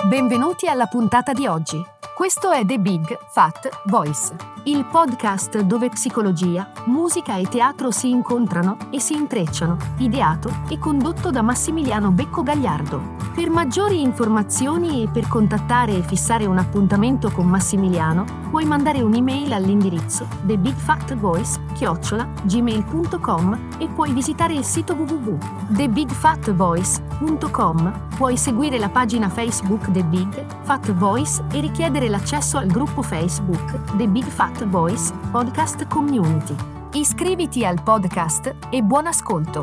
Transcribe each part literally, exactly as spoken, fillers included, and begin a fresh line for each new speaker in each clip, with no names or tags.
Benvenuti alla puntata di oggi. Questo è The Big Fat Voice, il podcast dove psicologia, musica e teatro si incontrano e si intrecciano, ideato e condotto da Massimiliano Becco Gagliardo. Per maggiori informazioni e per contattare e fissare un appuntamento con Massimiliano, puoi mandare un'email all'indirizzo the big fat voice chiocciola gmail punto com e puoi visitare il sito w w w punto the big fat voice punto com. Puoi seguire la pagina Facebook The Big Fat Voice e richiedere l'accesso al gruppo Facebook The Big Fat Voice Podcast Community. Iscriviti al podcast e buon ascolto.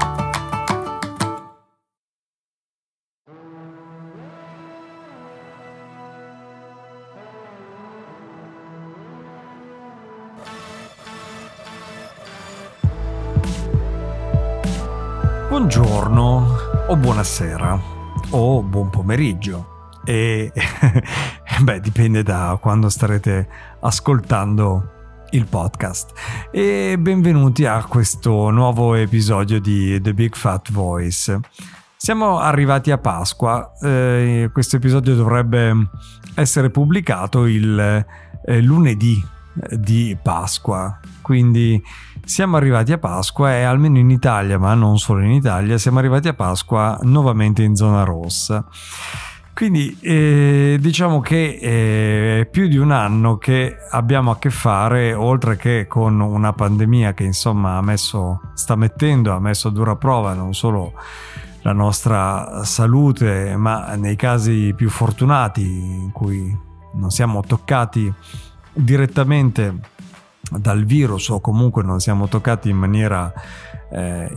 Buongiorno o buonasera o buon pomeriggio e beh, dipende da quando starete ascoltando il podcast. E benvenuti a questo nuovo episodio di The Big Fat Voice. Siamo arrivati a Pasqua, eh, questo episodio dovrebbe essere pubblicato il eh, lunedì di Pasqua, quindi siamo arrivati a Pasqua e almeno in Italia, ma non solo in Italia, siamo arrivati a Pasqua nuovamente in zona rossa. Quindi eh, diciamo che è più di un anno che abbiamo a che fare, oltre che con una pandemia che insomma ha messo, sta mettendo, ha messo a dura prova non solo la nostra salute, ma nei casi più fortunati in cui non siamo toccati direttamente dal virus o comunque non siamo toccati in maniera eh,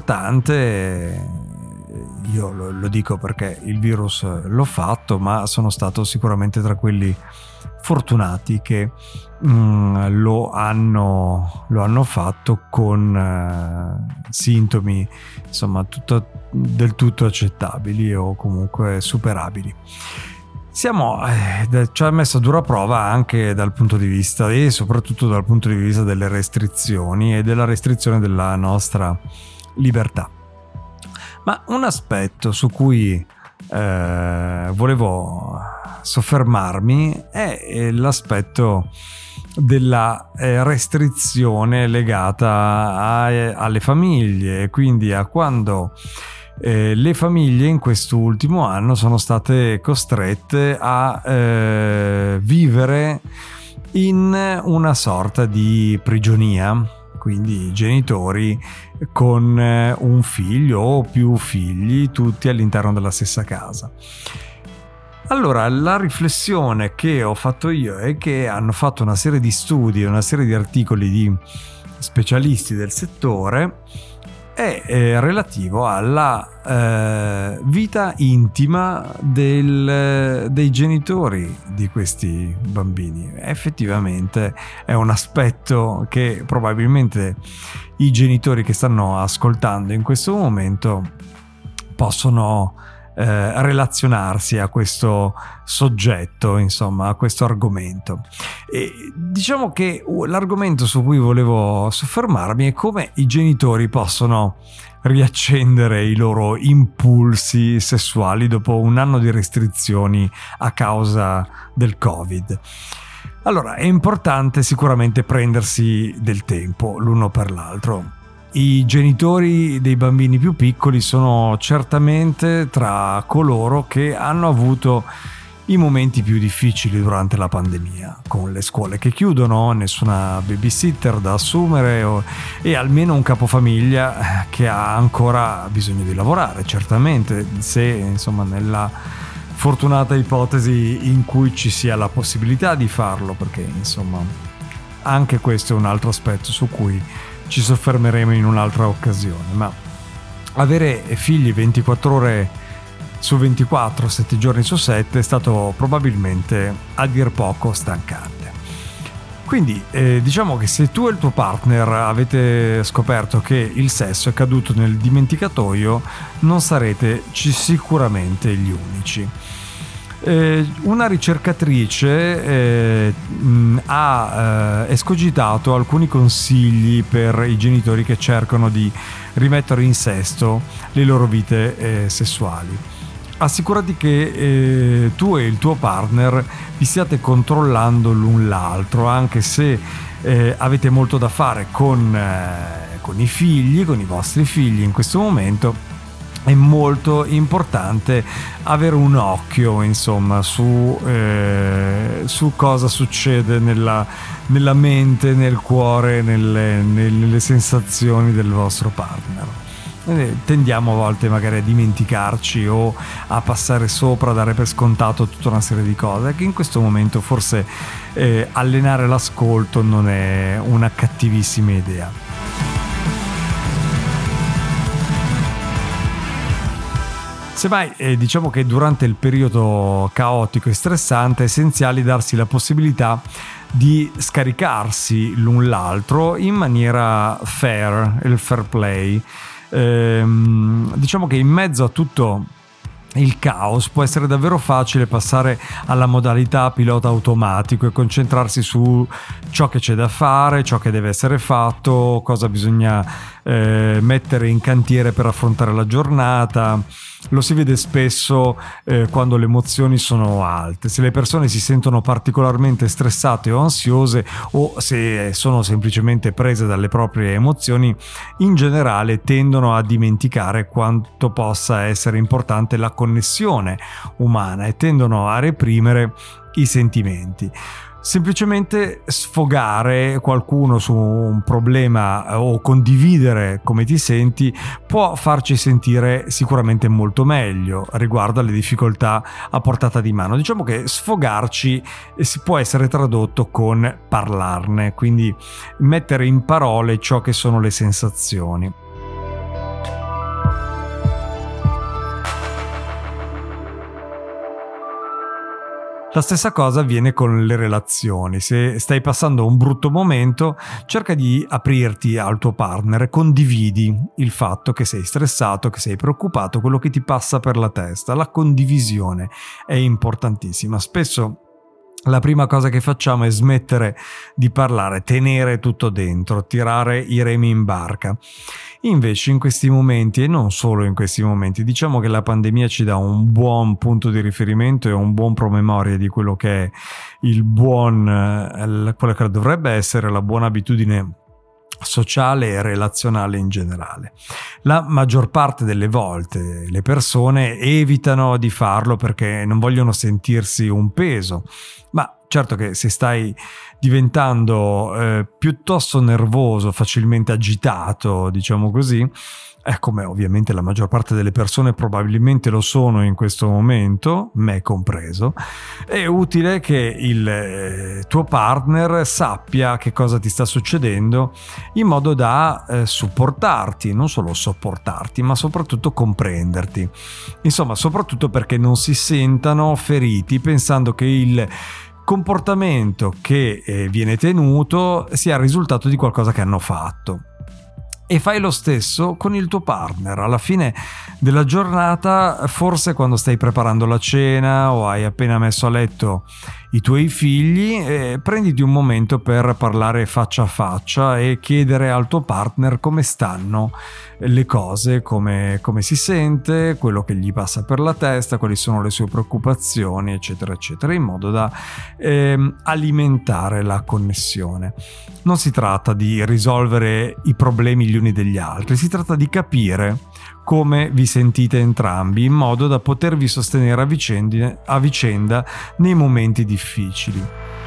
importante. Io lo, lo dico perché il virus l'ho fatto, ma sono stato sicuramente tra quelli fortunati che mh, lo hanno lo hanno fatto con uh, sintomi insomma tutto, del tutto accettabili o comunque superabili. Siamo, eh, ci ha messo a dura prova anche dal punto di vista e soprattutto dal punto di vista delle restrizioni e della restrizione della nostra libertà. Ma un aspetto su cui eh, volevo soffermarmi è l'aspetto della eh, restrizione legata a, alle famiglie, quindi a quando Eh, le famiglie in quest'ultimo anno sono state costrette a eh, vivere in una sorta di prigionia, quindi genitori con eh, un figlio o più figli, tutti all'interno della stessa casa. Allora, la riflessione che ho fatto io è che hanno fatto una serie di studi, una serie di articoli di specialisti del settore è eh, relativo alla eh, vita intima del, dei genitori di questi bambini. Effettivamente è un aspetto che probabilmente i genitori che stanno ascoltando in questo momento possono eh, relazionarsi a questo soggetto, insomma, a questo argomento. E diciamo che l'argomento su cui volevo soffermarmi è come i genitori possono riaccendere i loro impulsi sessuali dopo un anno di restrizioni a causa del Covid. Allora, è importante sicuramente prendersi del tempo l'uno per l'altro. I genitori dei bambini più piccoli sono certamente tra coloro che hanno avuto i momenti più difficili durante la pandemia, con le scuole che chiudono, nessuna babysitter da assumere o, e almeno un capofamiglia che ha ancora bisogno di lavorare, certamente, se insomma nella fortunata ipotesi in cui ci sia la possibilità di farlo, perché insomma anche questo è un altro aspetto su cui ci soffermeremo in un'altra occasione. Ma avere figli ventiquattro ore su ventiquattro, sette giorni su sette è stato probabilmente a dir poco stancante. Quindi eh, diciamo che se tu e il tuo partner avete scoperto che il sesso è caduto nel dimenticatoio, non sarete sicuramente gli unici. Eh, una ricercatrice eh, mh, ha eh, escogitato alcuni consigli per i genitori che cercano di rimettere in sesto le loro vite eh, sessuali. assicurati che eh, tu e il tuo partner vi stiate controllando l'un l'altro, anche se eh, avete molto da fare con, eh, con i figli, con i vostri figli in questo momento. È molto importante avere un occhio, insomma, su, eh, su cosa succede nella, nella mente, nel cuore, nelle, nelle sensazioni del vostro partner. Tendiamo a volte magari a dimenticarci o a passare sopra, a dare per scontato tutta una serie di cose, che in questo momento forse eh, allenare l'ascolto non è una cattivissima idea. Semmai eh, diciamo che durante il periodo caotico e stressante è essenziale darsi la possibilità di scaricarsi l'un l'altro in maniera fair, il fair play. Ehm, diciamo che in mezzo a tutto il caos può essere davvero facile passare alla modalità pilota automatico e concentrarsi su ciò che c'è da fare, ciò che deve essere fatto, cosa bisogna eh, mettere in cantiere per affrontare la giornata. Lo si vede spesso eh, quando le emozioni sono alte, se le persone si sentono particolarmente stressate o ansiose, o se sono semplicemente prese dalle proprie emozioni, in generale tendono a dimenticare quanto possa essere importante la connessione umana e tendono a reprimere i sentimenti. Semplicemente sfogare qualcuno su un problema o condividere come ti senti può farci sentire sicuramente molto meglio riguardo alle difficoltà a portata di mano. Diciamo che sfogarci si può essere tradotto con parlarne, quindi mettere in parole ciò che sono le sensazioni. La stessa cosa avviene con le relazioni. Se stai passando un brutto momento, cerca di aprirti al tuo partner e condividi il fatto che sei stressato, che sei preoccupato, quello che ti passa per la testa. La condivisione è importantissima. Spesso la prima cosa che facciamo è smettere di parlare, tenere tutto dentro, tirare i remi in barca. Invece in questi momenti, e non solo in questi momenti, diciamo che la pandemia ci dà un buon punto di riferimento e un buon promemoria di quello che è il buon, quello che dovrebbe essere la buona abitudine sociale e relazionale in generale. La maggior parte delle volte le persone evitano di farlo perché non vogliono sentirsi un peso, ma certo che se stai diventando eh, piuttosto nervoso, facilmente agitato, diciamo così, è come ovviamente la maggior parte delle persone probabilmente lo sono in questo momento, me compreso, è utile che il eh, tuo partner sappia che cosa ti sta succedendo in modo da eh, supportarti, non solo sopportarti, ma soprattutto comprenderti. Insomma, soprattutto perché non si sentano feriti pensando che il comportamento che eh, viene tenuto sia il risultato di qualcosa che hanno fatto. E fai lo stesso con il tuo partner. Alla fine della giornata, forse quando stai preparando la cena o hai appena messo a letto i tuoi figli, eh, prenditi un momento per parlare faccia a faccia e chiedere al tuo partner come stanno le cose, come, come si sente, quello che gli passa per la testa, quali sono le sue preoccupazioni, eccetera, eccetera, in modo da eh, alimentare la connessione. Non si tratta di risolvere i problemi gli uni degli altri, si tratta di capire come vi sentite entrambi in modo da potervi sostenere a vicenda, a vicenda nei momenti difficili.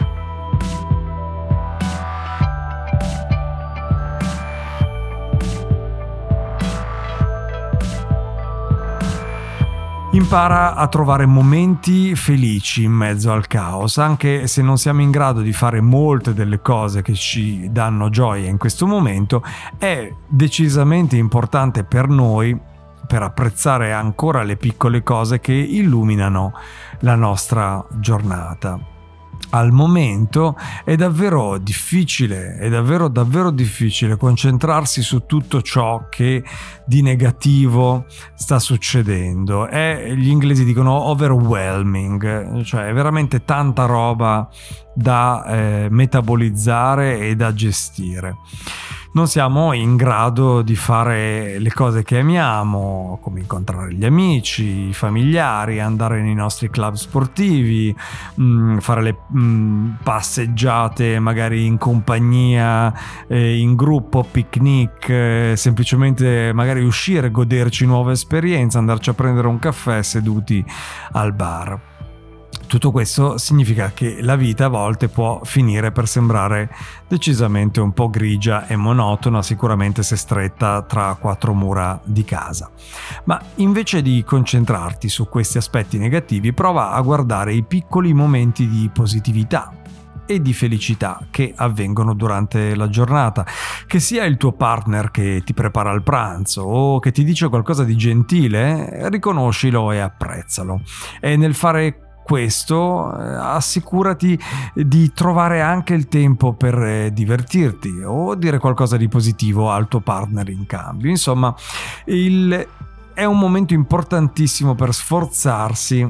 Impara a trovare momenti felici in mezzo al caos, anche se non siamo in grado di fare molte delle cose che ci danno gioia in questo momento. È decisamente importante per noi, per apprezzare ancora le piccole cose che illuminano la nostra giornata. Al momento è davvero difficile, è davvero davvero difficile concentrarsi su tutto ciò che di negativo sta succedendo. È, gli inglesi dicono overwhelming, cioè è veramente tanta roba da eh, metabolizzare e da gestire. Non siamo in grado di fare le cose che amiamo, come incontrare gli amici, i familiari, andare nei nostri club sportivi, mh, fare le mh, passeggiate magari in compagnia, eh, in gruppo, picnic, eh, semplicemente magari uscire, goderci nuove esperienze, andarci a prendere un caffè seduti al bar. Tutto questo significa che la vita a volte può finire per sembrare decisamente un po' grigia e monotona, sicuramente se stretta tra quattro mura di casa. Ma invece di concentrarti su questi aspetti negativi, prova a guardare i piccoli momenti di positività e di felicità che avvengono durante la giornata, che sia il tuo partner che ti prepara il pranzo o che ti dice qualcosa di gentile, riconoscilo e apprezzalo. E nel fare questo assicurati di trovare anche il tempo per divertirti o dire qualcosa di positivo al tuo partner in cambio. Insomma, il, è un momento importantissimo per sforzarsi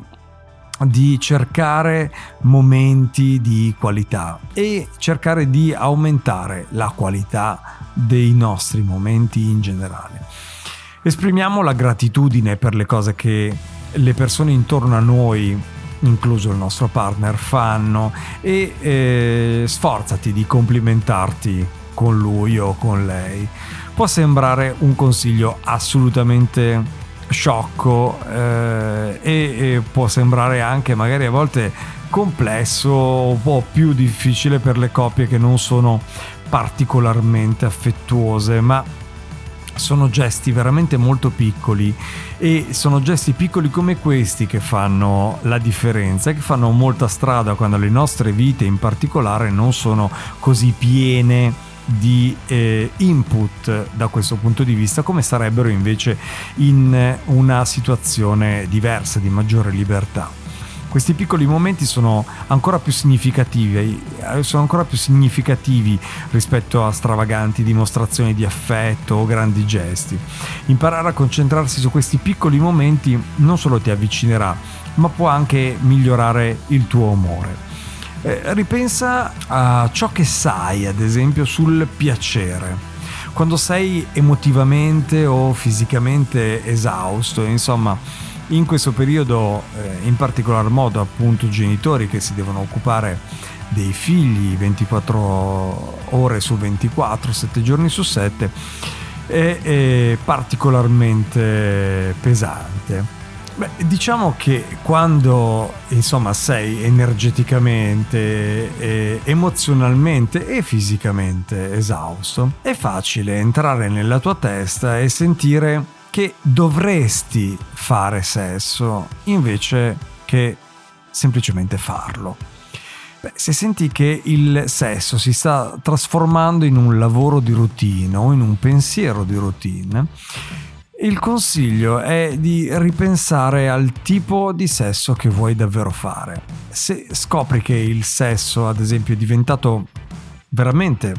di cercare momenti di qualità e cercare di aumentare la qualità dei nostri momenti in generale. Esprimiamo la gratitudine per le cose che le persone intorno a noi, incluso il nostro partner, fanno e eh, sforzati di complimentarti con lui o con lei. Può sembrare un consiglio assolutamente sciocco eh, e, e può sembrare anche magari a volte complesso, un po' più difficile per le coppie che non sono particolarmente affettuose, ma sono gesti veramente molto piccoli e sono gesti piccoli come questi che fanno la differenza, che fanno molta strada quando le nostre vite in particolare non sono così piene di eh, input da questo punto di vista come sarebbero invece in una situazione diversa di maggiore libertà. Questi piccoli momenti sono ancora più significativi, sono ancora più significativi rispetto a stravaganti dimostrazioni di affetto o grandi gesti. Imparare a concentrarsi su questi piccoli momenti non solo ti avvicinerà, ma può anche migliorare il tuo umore. Eh, ripensa a ciò che sai, ad esempio, sul piacere. Quando sei emotivamente o fisicamente esausto, insomma, in questo periodo, eh, in particolar modo appunto genitori che si devono occupare dei figli ventiquattro ore su ventiquattro, sette giorni su sette, è, è particolarmente pesante. Beh, diciamo che quando insomma sei energeticamente, e emozionalmente e fisicamente esausto, è facile entrare nella tua testa e sentire che dovresti fare sesso invece che semplicemente farlo. Beh, se senti che il sesso si sta trasformando in un lavoro di routine o in un pensiero di routine, il consiglio è di ripensare al tipo di sesso che vuoi davvero fare. Se scopri che il sesso, ad esempio, è diventato veramente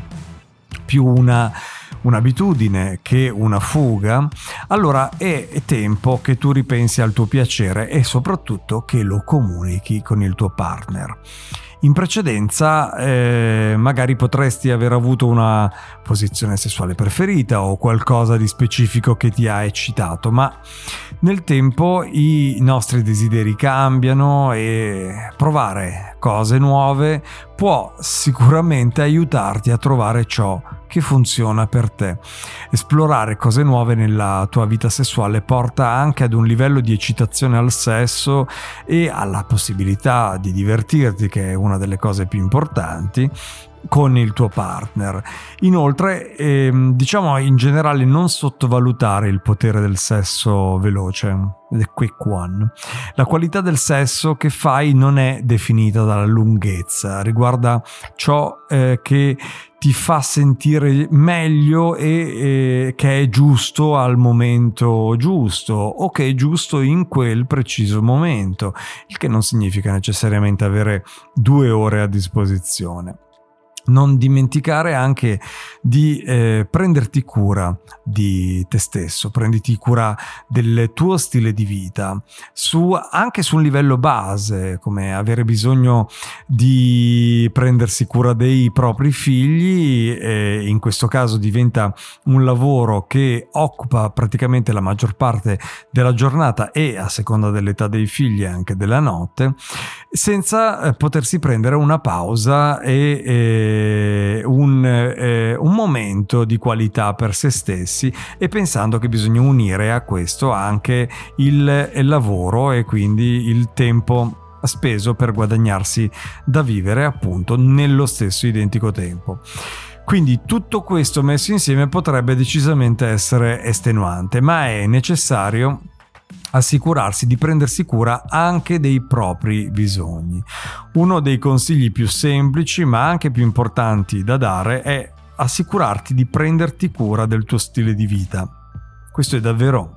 più una un'abitudine che una fuga, allora è tempo che tu ripensi al tuo piacere e soprattutto che lo comunichi con il tuo partner. In precedenza eh, magari potresti aver avuto una posizione sessuale preferita o qualcosa di specifico che ti ha eccitato, ma nel tempo i nostri desideri cambiano e provare cose nuove può sicuramente aiutarti a trovare ciò che funziona per te. Esplorare cose nuove nella tua vita sessuale porta anche ad un livello di eccitazione al sesso e alla possibilità di divertirti, che è una delle cose più importanti, con il tuo partner. Inoltre, ehm, diciamo in generale, non sottovalutare il potere del sesso veloce, the quick one. La qualità del sesso che fai non è definita dalla lunghezza, riguarda ciò eh, che ti fa sentire meglio e eh, che è giusto al momento giusto o che è giusto in quel preciso momento, il che non significa necessariamente avere due ore a disposizione. non dimenticare anche di eh, prenderti cura di te stesso, prenditi cura del tuo stile di vita, su, anche su un livello base, come avere bisogno di prendersi cura dei propri figli, e in questo caso diventa un lavoro che occupa praticamente la maggior parte della giornata e, a seconda dell'età dei figli, anche della notte, senza eh, potersi prendere una pausa e eh, Un, eh, un momento di qualità per se stessi, e pensando che bisogna unire a questo anche il, il lavoro e quindi il tempo speso per guadagnarsi da vivere appunto nello stesso identico tempo. Quindi tutto questo messo insieme potrebbe decisamente essere estenuante, ma è necessario assicurarsi di prendersi cura anche dei propri bisogni. Uno dei consigli più semplici ma anche più importanti da dare è assicurarti di prenderti cura del tuo stile di vita. Questo è davvero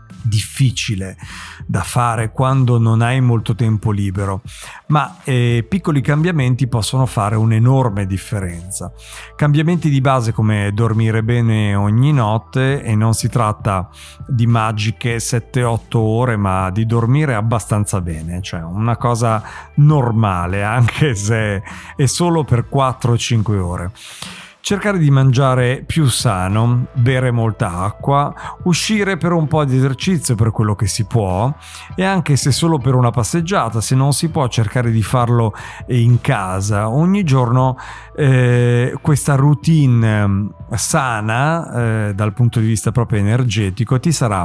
difficile da fare quando non hai molto tempo libero, ma eh, piccoli cambiamenti possono fare un'enorme differenza. Cambiamenti di base come dormire bene ogni notte, e non si tratta di magiche sette otto ore, ma di dormire abbastanza bene, cioè una cosa normale, anche se è solo per quattro cinque ore. Cercare di mangiare più sano, bere molta acqua, uscire per un po' di esercizio per quello che si può, e anche se solo per una passeggiata, se non si può, cercare di farlo in casa. Ogni giorno eh, questa routine sana eh, dal punto di vista proprio energetico ti sarà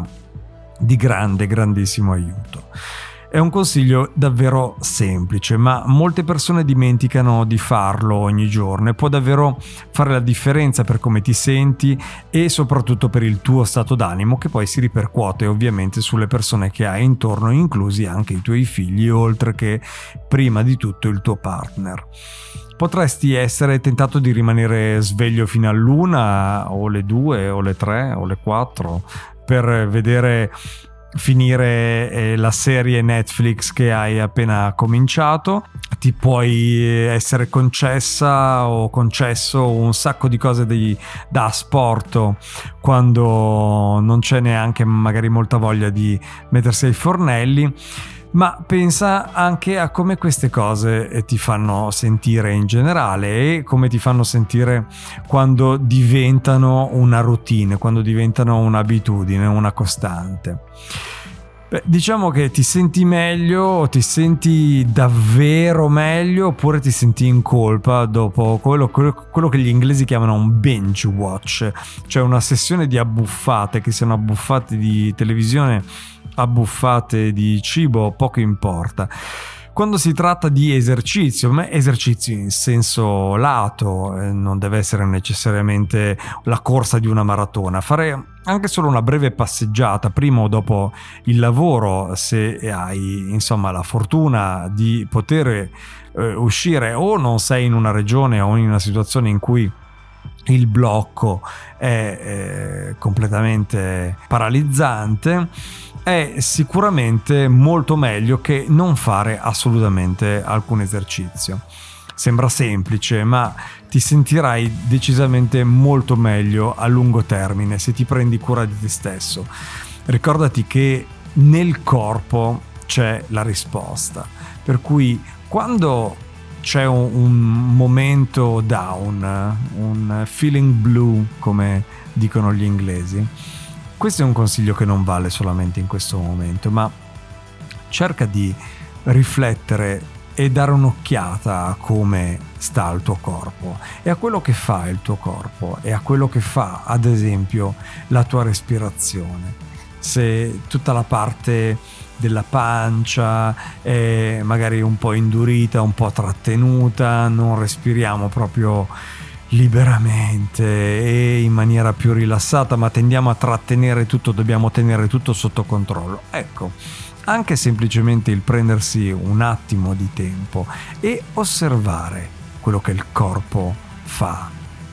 di grande, grandissimo aiuto. È un consiglio davvero semplice, ma molte persone dimenticano di farlo ogni giorno, e può davvero fare la differenza per come ti senti e soprattutto per il tuo stato d'animo, che poi si ripercuote ovviamente sulle persone che hai intorno, inclusi anche i tuoi figli, oltre che prima di tutto il tuo partner. Potresti essere tentato di rimanere sveglio fino all'una o le due o le tre o le quattro per vedere finire eh, la serie Netflix che hai appena cominciato. Ti puoi essere concessa o concesso un sacco di cose di, da asporto quando non c'è neanche magari molta voglia di mettersi ai fornelli. Ma pensa anche a come queste cose ti fanno sentire in generale, e come ti fanno sentire quando diventano una routine, quando diventano un'abitudine, una costante. Beh, diciamo che ti senti meglio, ti senti davvero meglio, oppure ti senti in colpa dopo quello, quello, quello che gli inglesi chiamano un binge watch, cioè una sessione di abbuffate, che siano abbuffate di televisione, abbuffate di cibo, poco importa. Quando si tratta di esercizio, ma esercizio in senso lato, eh, non deve essere necessariamente la corsa di una maratona, fare anche solo una breve passeggiata prima o dopo il lavoro, se hai insomma la fortuna di poter eh, uscire, o non sei in una regione o in una situazione in cui il blocco è eh, completamente paralizzante, è sicuramente molto meglio che non fare assolutamente alcun esercizio. Sembra semplice, ma ti sentirai decisamente molto meglio a lungo termine se ti prendi cura di te stesso. Ricordati che nel corpo c'è la risposta, per cui quando c'è un, un momento down, un feeling blue, come dicono gli inglesi, questo è un consiglio che non vale solamente in questo momento, ma cerca di riflettere e dare un'occhiata a come sta il tuo corpo e a quello che fa il tuo corpo e a quello che fa, ad esempio, la tua respirazione. Se tutta la parte della pancia è magari un po' indurita, un po' trattenuta, non respiriamo proprio liberamente e in maniera più rilassata, ma tendiamo a trattenere tutto, dobbiamo tenere tutto sotto controllo. Ecco, anche semplicemente il prendersi un attimo di tempo e osservare quello che il corpo fa.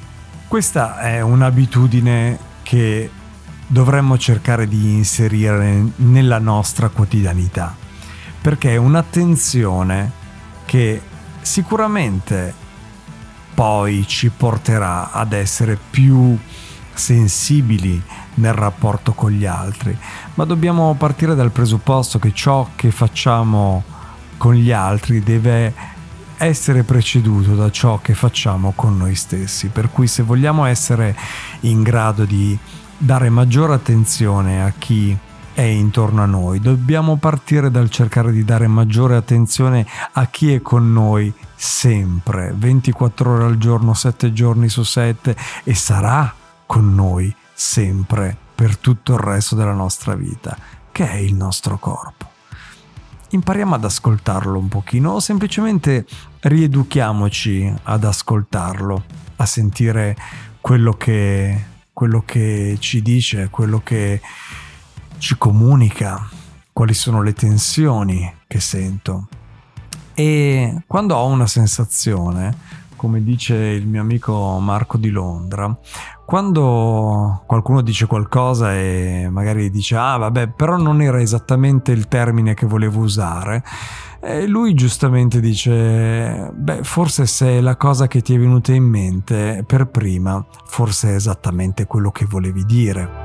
Questa è un'abitudine che dovremmo cercare di inserire nella nostra quotidianità, perché è un'attenzione che sicuramente poi ci porterà ad essere più sensibili nel rapporto con gli altri, ma dobbiamo partire dal presupposto che ciò che facciamo con gli altri deve essere preceduto da ciò che facciamo con noi stessi. Per cui se vogliamo essere in grado di dare maggiore attenzione a chi è intorno a noi, dobbiamo partire dal cercare di dare maggiore attenzione a chi è con noi sempre, ventiquattro ore al giorno, sette giorni su sette, e sarà con noi sempre per tutto il resto della nostra vita, che è il nostro corpo. Impariamo ad ascoltarlo un pochino, o semplicemente rieduchiamoci ad ascoltarlo, a sentire quello che, quello che ci dice, quello che ci comunica, quali sono le tensioni che sento. E quando ho una sensazione, come dice il mio amico Marco di Londra, quando qualcuno dice qualcosa e magari dice ah vabbè, però non era esattamente il termine che volevo usare, e lui giustamente dice beh, forse se è la cosa che ti è venuta in mente per prima, forse è esattamente quello che volevi dire.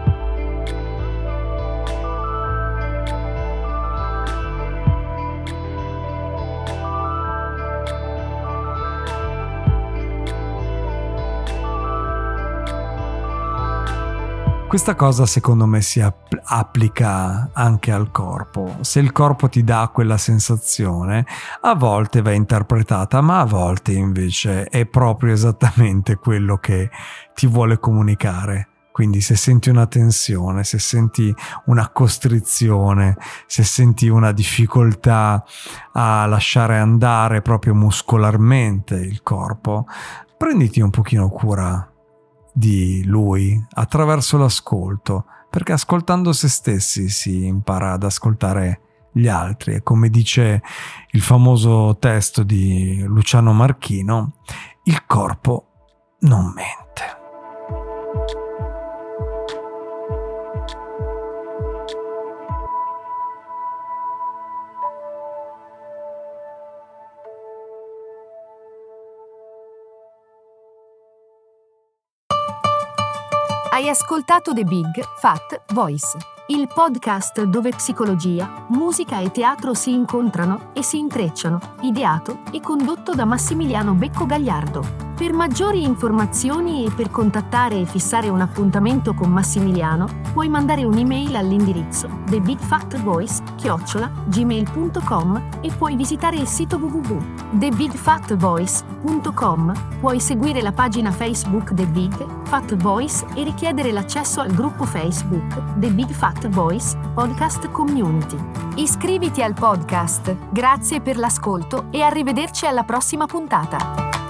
Questa cosa secondo me si app- applica anche al corpo. Se il corpo ti dà quella sensazione, a volte va interpretata, ma a volte invece è proprio esattamente quello che ti vuole comunicare. Quindi se senti una tensione, se senti una costrizione, se senti una difficoltà a lasciare andare proprio muscolarmente il corpo, prenditi un pochino cura di lui attraverso l'ascolto, perché ascoltando se stessi si impara ad ascoltare gli altri, e come dice il famoso testo di Luciano Marchino, il corpo non mente.
Hai ascoltato The Big Fat Voice, il podcast dove psicologia, musica e teatro si incontrano e si intrecciano, ideato e condotto da Massimiliano Becco Gagliardo. Per maggiori informazioni e per contattare e fissare un appuntamento con Massimiliano, puoi mandare un'email all'indirizzo the big fat voice chiocciola gmail punto com e puoi visitare il sito w w w punto the big fat voice punto com. Puoi seguire la pagina Facebook The Big Fat Voice e richiedere l'accesso al gruppo Facebook The Big Fat Voice Podcast Community. Iscriviti al podcast. Grazie per l'ascolto e arrivederci alla prossima puntata.